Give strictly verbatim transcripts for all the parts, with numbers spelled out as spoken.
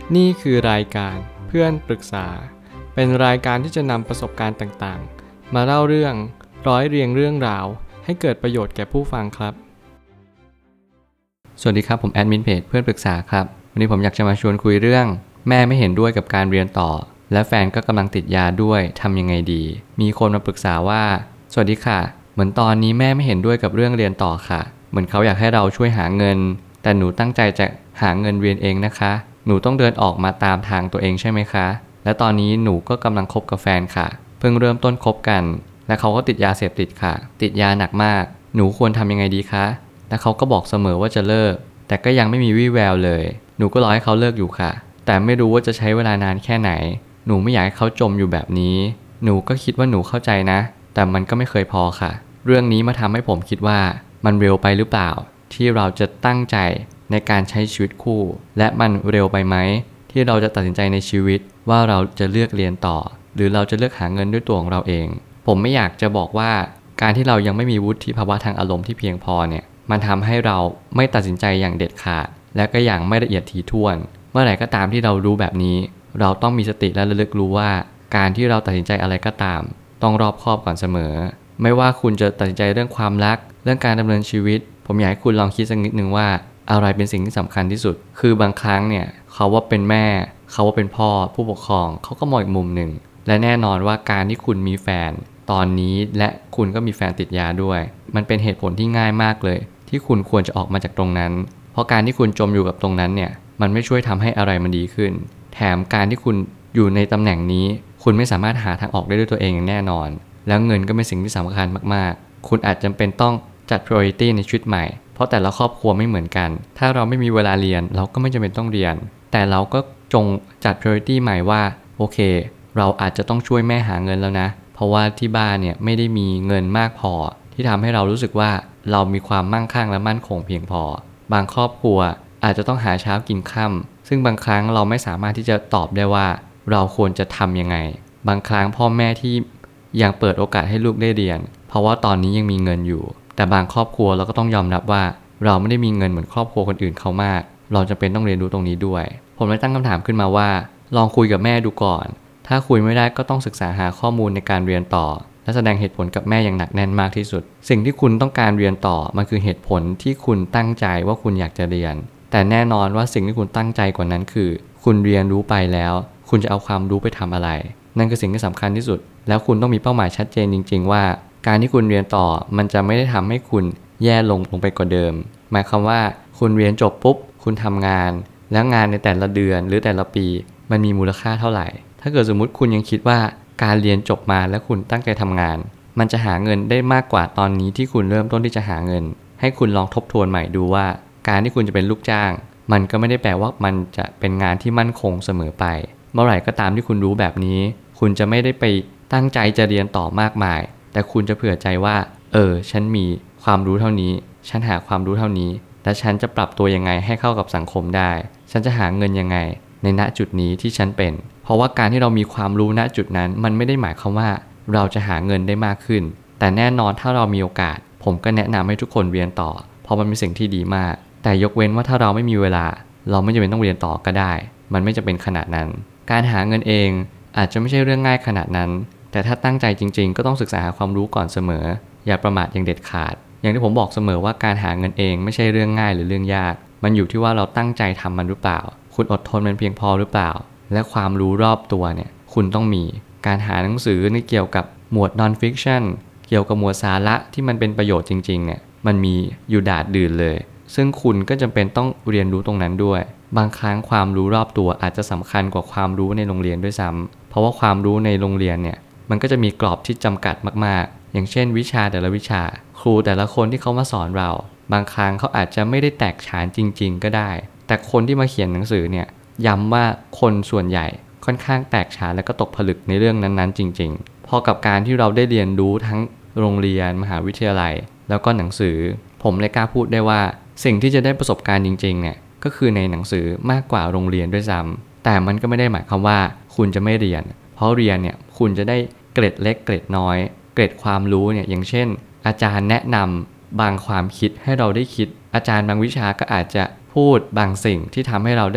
นี่คือรายการเพื่อนปรึกษาเป็นรายการที่จะนำประสบการณ์ต่างๆมาเล่าเรื่องร้อยเรียงเรื่องราวให้เกิดประโยชน์แก่ผู้ฟังครับสวัสดีครับผมแอดมินเพจเพื่อนปรึกษาครับวันนี้ผมอยากจะมาชวนคุยเรื่องแม่ไม่เห็นด้วยกับการเรียนต่อและแฟนก็กำลังติดยาด้วยทำยังไงดีมีคนมาปรึกษาว่าสวัสดีค่ะเหมือนตอนนี้แม่ไม่เห็นด้วยกับเรื่องเรียนต่อค่ะเหมือนเขาอยากให้เราช่วยหาเงินแต่หนูตั้งใจจะหาเงินเรียนเองนะคะหนูต้องเดินออกมาตามทางตัวเองใช่ไหมคะและตอนนี้หนูก็กำลังคบกับแฟนค่ะเพิ่งเริ่มต้นคบกันและเขาก็ติดยาเสพติดค่ะติดยาหนักมากหนูควรทำยังไงดีคะและเขาก็บอกเสมอว่าจะเลิกแต่ก็ยังไม่มีวี่แววเลยหนูก็รอให้เขาเลิกอยู่ค่ะแต่ไม่รู้ว่าจะใช้เวลานานแค่ไหนหนูไม่อยากให้เขาจมอยู่แบบนี้หนูก็คิดว่าหนูเข้าใจนะแต่มันก็ไม่เคยพอค่ะเรื่องนี้มาทำให้ผมคิดว่ามันเร็วไปหรือเปล่าที่เราจะตั้งใจในการใช้ชีวิตคู่และมันเร็วไปไหมที่เราจะตัดสินใจในชีวิตว่าเราจะเลือกเรียนต่อหรือเราจะเลือกหาเงินด้วยตัวของเราเองผมไม่อยากจะบอกว่าการที่เรายังไม่มีวุฒิภาวะทางอารมณ์ที่เพียงพอเนี่ยมันทำให้เราไม่ตัดสินใจอย่างเด็ดขาดและก็อย่างไม่ละเอียดถี่ถ้วนเมื่อไหร่ก็ตามที่เรารู้แบบนี้เราต้องมีสติและระลึกรู้ว่าการที่เราตัดสินใจอะไรก็ตามต้องรอบคอบก่อนเสมอไม่ว่าคุณจะตัดสินใจเรื่องความรักเรื่องการดำเนินชีวิตผมอยากให้คุณลองคิดสักนิดนึงว่าอะไรเป็นสิ่งที่สำคัญที่สุดคือบางครั้งเนี่ยเขาว่าเป็นแม่เขาว่าเป็นพ่อผู้ปกครองเขาก็มองอีกมุมหนึ่งและแน่นอนว่าการที่คุณมีแฟนตอนนี้และคุณก็มีแฟนติดยาด้วยมันเป็นเหตุผลที่ง่ายมากเลยที่คุณควรจะออกมาจากตรงนั้นเพราะการที่คุณจมอยู่กับตรงนั้นเนี่ยมันไม่ช่วยทำให้อะไรมันดีขึ้นแถมการที่คุณอยู่ในตำแหน่งนี้คุณไม่สามารถหาทางออกได้ด้วยตัวเองอย่างแน่นอนแล้วเงินก็เป็นสิ่งที่สำคัญมากๆคุณอาจจำเป็นต้องจัด priority ในชีวิตใหม่เพราะแต่ละครอบครัวไม่เหมือนกันถ้าเราไม่มีเวลาเรียนเราก็ไม่จำเป็นต้องเรียนแต่เราก็จงจัด priority ใหม่ว่าโอเคเราอาจจะต้องช่วยแม่หาเงินแล้วนะเพราะว่าที่บ้านเนี่ยไม่ได้มีเงินมากพอที่ทำให้เรารู้สึกว่าเรามีความมั่งคั่งและมั่นคงเพียงพอบางครอบครัวอาจจะต้องหาเช้ากินค่ำซึ่งบางครั้งเราไม่สามารถที่จะตอบได้ว่าเราควรจะทำยังไงบางครั้งพ่อแม่ที่ยังเปิดโอกาสให้ลูกได้เรียนเพราะว่าตอนนี้ยังมีเงินอยู่แต่บางครอบครัวเราก็ต้องยอมรับว่าเราไม่ได้มีเงินเหมือนครอบครัวคนอื่นเขามากเราจำเป็นต้องเรียนรู้ตรงนี้ด้วยผมเลยตั้งคำถามขึ้นมาว่าลองคุยกับแม่ดูก่อนถ้าคุยไม่ได้ก็ต้องศึกษาหาข้อมูลในการเรียนต่อและแสดงเหตุผลกับแม่อย่างหนักแน่นมากที่สุดสิ่งที่คุณต้องการเรียนต่อมันคือเหตุผลที่คุณตั้งใจว่าคุณอยากจะเรียนแต่แน่นอนว่าสิ่งที่คุณตั้งใจกว่านั้นคือคุณเรียนรู้ไปแล้วคุณจะเอาความรู้ไปทำอะไรนั่นคือสิ่งที่สำคัญที่สุดแล้วคุณต้องมีเป้าหมายชัดเจนจริงๆว่าการที่คุณเรียนต่อมันจะไม่ได้ทำให้คุณแย่ลงลงไปกว่าเดิมหมายความว่าคุณเรียนจบปุ๊บคุณทำงานแล้วงานในแต่ละเดือนหรือแต่ละปีมันมีมูลค่าเท่าไหร่ถ้าเกิดสมมุติคุณยังคิดว่าการเรียนจบมาแล้วคุณตั้งใจทำงานมันจะหาเงินได้มากกว่าตอนนี้ที่คุณเริ่มต้นที่จะหาเงินให้คุณลองทบทวนใหม่ดูว่าการที่คุณจะเป็นลูกจ้างมันก็ไม่ได้แปลว่ามันจะเป็นงานที่มั่นคงเสมอไปเมื่อไหร่ก็ตามที่คุณรู้แบบนี้คุณจะไม่ได้ไปตั้งใจจะเรียนต่อมากมายแต่คุณจะเผื่อใจว่าเออฉันมีความรู้เท่านี้ฉันหาความรู้เท่านี้และฉันจะปรับตัวยังไงให้เข้ากับสังคมได้ฉันจะหาเงินยังไงในณจุดนี้ที่ฉันเป็นเพราะว่าการที่เรามีความรู้ณจุดนั้นมันไม่ได้หมายความว่าเราจะหาเงินได้มากขึ้นแต่แน่นอนถ้าเรามีโอกาสผมก็แนะนำให้ทุกคนเรียนต่อเพราะมันเป็นสิ่งที่ดีมากแต่ยกเว้นว่าถ้าเราไม่มีเวลาเราไม่จำเป็นต้องเรียนต่อก็ได้มันไม่จำเป็นขนาดนั้นการหาเงินเองอาจจะไม่ใช่เรื่องง่ายขนาดนั้นแต่ถ้าตั้งใจจริงๆก็ต้องศึกษาหาความรู้ก่อนเสมออย่าประมาทอย่างเด็ดขาดอย่างที่ผมบอกเสมอว่าการหาเงินเองไม่ใช่เรื่องง่ายหรือเรื่องยากมันอยู่ที่ว่าเราตั้งใจทำมันหรือเปล่าคุณอดทนมันเพียงพอหรือเปล่าและความรู้รอบตัวเนี่ยคุณต้องมีการหาหนังสือในเกี่ยวกับหมวด non fiction เกี่ยวกับหมวดสาระที่มันเป็นประโยชน์จริงๆเนี่ยมันมีอยู่ดาดดื่นเลยซึ่งคุณก็จำเป็นต้องเรียนรู้ตรงนั้นด้วยบางครั้งความรู้รอบตัวอาจจะสำคัญกว่าความรู้ในโรงเรียนด้วยซ้ำเพราะว่าความรู้ในโรงเรียนเนี่ยมันก็จะมีกรอบที่จำกัดมากๆอย่างเช่นวิชาแต่ละวิชาครูแต่ละคนที่เขามาสอนเราบางครั้งเขาอาจจะไม่ได้แตกฉานจริงๆก็ได้แต่คนที่มาเขียนหนังสือเนี่ยย้ำว่าคนส่วนใหญ่ค่อนข้างแตกฉานและก็ตกผลึกในเรื่องนั้นๆจริงๆพอกับการที่เราได้เรียนรู้ทั้งโรงเรียนมหาวิทยาลัยแล้วก็หนังสือผมเลยกล้าพูดได้ว่าสิ่งที่จะได้ประสบการณ์จริงๆเนี่ยก็คือในหนังสือมากกว่าโรงเรียนด้วยซ้ำแต่มันก็ไม่ได้หมายความว่าคุณจะไม่เรียนเพราะเรียนเนี่ยคุณจะได้เกร็ดเล็กเกร็ดน้อยเกร็ดความรู้เนี่ยอย่างเช่นอาจารย์แนะนำบางความคิดให้เราได้คิดอาจารย์บางวิชาก็อาจจะพูดบางสิ่งที่ทำให้เราได้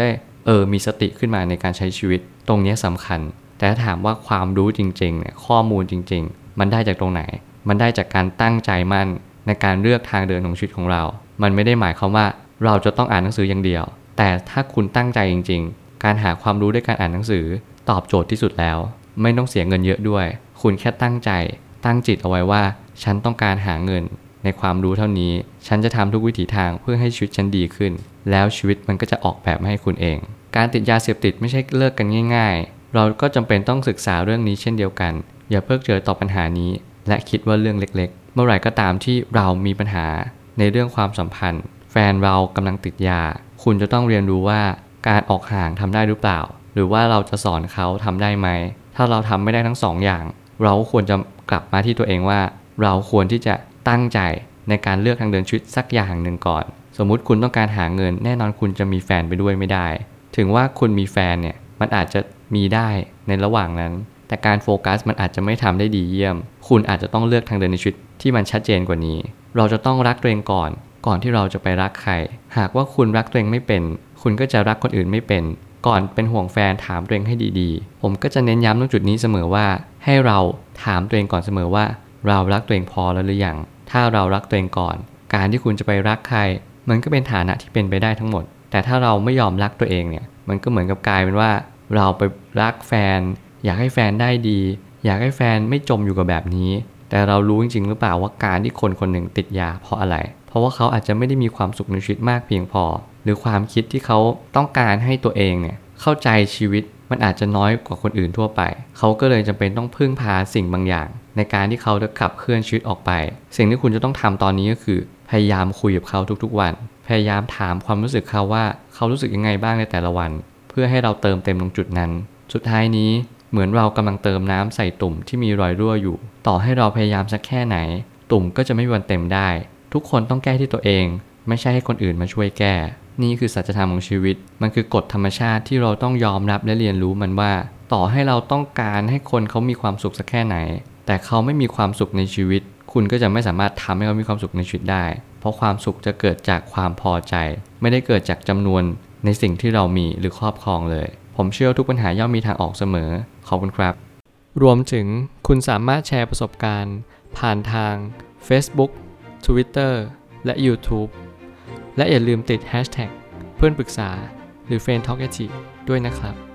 เออมีสติขึ้นมาในการใช้ชีวิตตรงนี้สำคัญแต่ถ้าถามว่าความรู้จริงๆเนี่ยข้อมูลจริงๆมันได้จากตรงไหนมันได้จากการตั้งใจมั่นในการเลือกทางเดินของชีวิตของเรามันไม่ได้หมายความว่าเราจะต้องอ่านหนังสืออย่างเดียวแต่ถ้าคุณตั้งใจจริงๆการหาความรู้ด้วยการอ่านหนังสือตอบโจทย์ที่สุดแล้วไม่ต้องเสียเงินเยอะด้วยคุณแค่ตั้งใจตั้งจิตเอาไว้ว่าฉันต้องการหาเงินในความรู้เท่านี้ฉันจะทำทุกวิถีทางเพื่อให้ชีวิตฉันดีขึ้นแล้วชีวิตมันก็จะออกแบบมาให้คุณเองการติดยาเสพติดไม่ใช่เลิกกันง่ายๆเราก็จำเป็นต้องศึกษาเรื่องนี้เช่นเดียวกันอย่าเพิกเฉยต่อปัญหานี้และคิดว่าเรื่องเล็กๆเมื่อไหร่ก็ตามที่เรามีปัญหาในเรื่องความสัมพันธ์แฟนเรากำลังติดยาคุณจะต้องเรียนรู้ว่าการออกห่างทำได้หรือเปล่าหรือว่าเราจะสอนเขาทำได้ไหมถ้าเราทำไม่ได้ทั้งสองอย่างเราควรจะกลับมาที่ตัวเองว่าเราควรที่จะตั้งใจในการเลือกทางเดินชีวิตสักอย่างหนึ่งก่อนสมมุติคุณต้องการหาเงินแน่นอนคุณจะมีแฟนไปด้วยไม่ได้ถึงว่าคุณมีแฟนเนี่ยมันอาจจะมีได้ในระหว่างนั้นแต่การโฟกัสมันอาจจะไม่ทำได้ดีเยี่ยมคุณอาจจะต้องเลือกทางเดินในชีวิตที่มันชัดเจนกว่านี้เราจะต้องรักตัวเองก่อนก่อนที่เราจะไปรักใครหากว่าคุณรักตัวเองไม่เป็นคุณก็จะรักคนอื่นไม่เป็นก่อนเป็นห่วงแฟนถามตัวเองให้ดีๆผมก็จะเน้นย้ำตรงจุดนี้เสมอว่าให้เราถามตัวเองก่อนเสมอว่าเรารักตัวเองพอแล้วหรือยังถ้าเรารักตัวเองก่อนการที่คุณจะไปรักใครมันก็เป็นฐานะที่เป็นไปได้ทั้งหมดแต่ถ้าเราไม่ยอมรักตัวเองเนี่ยมันก็เหมือนกับกลายเป็นว่าเราไปรักแฟนอยากให้แฟนได้ดีอยากให้แฟนไม่จมอยู่กับแบบนี้แต่เรารู้จริงๆหรือเปล่าว่าการที่คนคนหนึ่งติดยาเพราะอะไรเพราะว่าเขาอาจจะไม่ได้มีความสุขในชีวิตมากเพียงพอหรือความคิดที่เขาต้องการให้ตัวเองเนี่ยเข้าใจชีวิตมันอาจจะน้อยกว่าคนอื่นทั่วไปเขาก็เลยจำเป็นต้องพึ่งพาสิ่งบางอย่างในการที่เขาจะขับเคลื่อนชีวิตออกไปสิ่งที่คุณจะต้องทำตอนนี้ก็คือพยายามคุยกับเขาทุกๆวันพยายามถามความรู้สึกเขาว่าเขารู้สึกยังไงบ้างในแต่ละวันเพื่อให้เราเติมเต็มตรงจุดนั้นสุดท้ายนี้เหมือนเรากำลังเติมน้ำใส่ตุ่มที่มีรอยรั่วอยู่ต่อให้เราพยายามสักแค่ไหนตุ่มก็จะไม่มีวันเต็มได้ทุกคนต้องแก้ที่ตัวเองไม่ใช่ให้คนอื่นมาช่วยแก้นี่คือสัจธรรมของชีวิตมันคือกฎธรรมชาติที่เราต้องยอมรับและเรียนรู้มันว่าต่อให้เราต้องการให้คนเขามีความสุขสักแค่ไหนแต่เขาไม่มีความสุขในชีวิตคุณก็จะไม่สามารถทำให้เขามีความสุขในชีวิตได้เพราะความสุขจะเกิดจากความพอใจไม่ได้เกิดจากจำนวนในสิ่งที่เรามีหรือครอบครองเลยผมเชื่อทุกปัญหาย่อมมีทางออกเสมอขอบคุณครับรวมถึงคุณสามารถแชร์ประสบการณ์ผ่านทาง Facebook Twitter และ YouTube และอย่าลืมติด แฮชแท็ก เพื่อนปรึกษาหรือ เฟรนด์ ทอล์ก ด้วยนะครับ